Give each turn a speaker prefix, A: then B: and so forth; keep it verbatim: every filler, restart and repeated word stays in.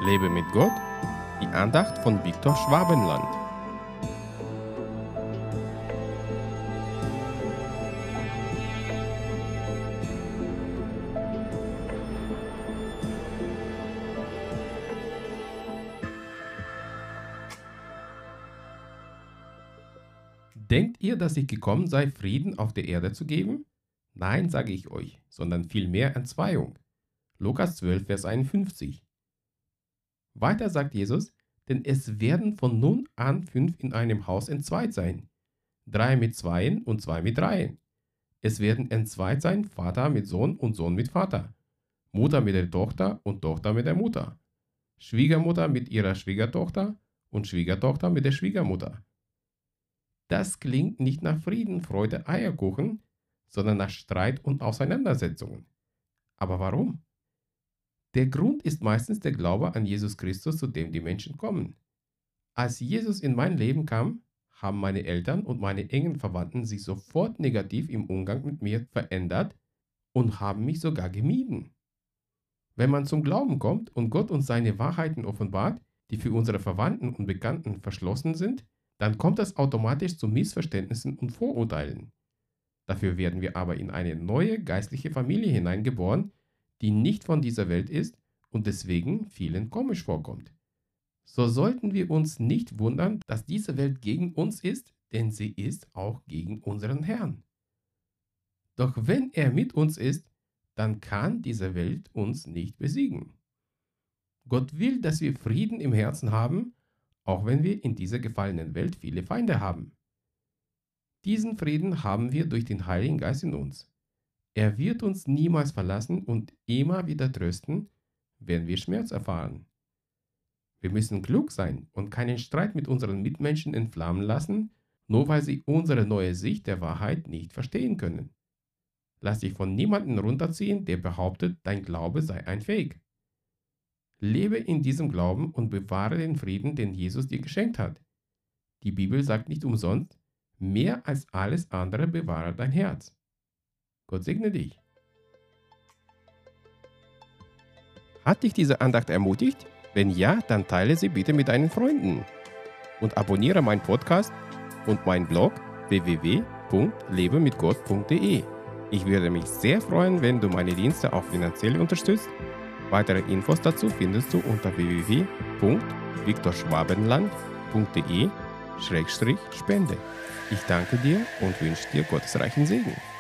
A: Lebe mit Gott, die Andacht von Viktor Schwabenland. Denkt ihr, dass ich gekommen sei, Frieden auf der Erde zu geben? Nein, sage ich euch, sondern vielmehr Entzweiung. Lukas zwölf, Vers einundfünfzig. Weiter sagt Jesus, denn es werden von nun an fünf in einem Haus entzweit sein. Drei mit Zweien und zwei mit Dreien. Es werden entzweit sein, Vater mit Sohn und Sohn mit Vater. Mutter mit der Tochter und Tochter mit der Mutter. Schwiegermutter mit ihrer Schwiegertochter und Schwiegertochter mit der Schwiegermutter. Das klingt nicht nach Frieden, Freude, Eierkuchen, sondern nach Streit und Auseinandersetzungen. Aber warum? Der Grund ist meistens der Glaube an Jesus Christus, zu dem die Menschen kommen. Als Jesus in mein Leben kam, haben meine Eltern und meine engen Verwandten sich sofort negativ im Umgang mit mir verändert und haben mich sogar gemieden. Wenn man zum Glauben kommt und Gott uns seine Wahrheiten offenbart, die für unsere Verwandten und Bekannten verschlossen sind, dann kommt es automatisch zu Missverständnissen und Vorurteilen. Dafür werden wir aber in eine neue geistliche Familie hineingeboren, die nicht von dieser Welt ist und deswegen vielen komisch vorkommt. So sollten wir uns nicht wundern, dass diese Welt gegen uns ist, denn sie ist auch gegen unseren Herrn. Doch wenn er mit uns ist, dann kann diese Welt uns nicht besiegen. Gott will, dass wir Frieden im Herzen haben, auch wenn wir in dieser gefallenen Welt viele Feinde haben. Diesen Frieden haben wir durch den Heiligen Geist in uns. Er wird uns niemals verlassen und immer wieder trösten, wenn wir Schmerz erfahren. Wir müssen klug sein und keinen Streit mit unseren Mitmenschen entflammen lassen, nur weil sie unsere neue Sicht der Wahrheit nicht verstehen können. Lass dich von niemandem runterziehen, der behauptet, dein Glaube sei ein Fake. Lebe in diesem Glauben und bewahre den Frieden, den Jesus dir geschenkt hat. Die Bibel sagt nicht umsonst, mehr als alles andere bewahre dein Herz. Gott segne dich. Hat dich diese Andacht ermutigt? Wenn ja, dann teile sie bitte mit deinen Freunden. Und abonniere meinen Podcast und meinen Blog w w w punkt lebe mit gott punkt de. Ich würde mich sehr freuen, wenn du meine Dienste auch finanziell unterstützt. Weitere Infos dazu findest du unter w w w punkt viktor schwabenland punkt de Schrägstrich Spende. Ich danke dir und wünsche dir gottesreichen Segen.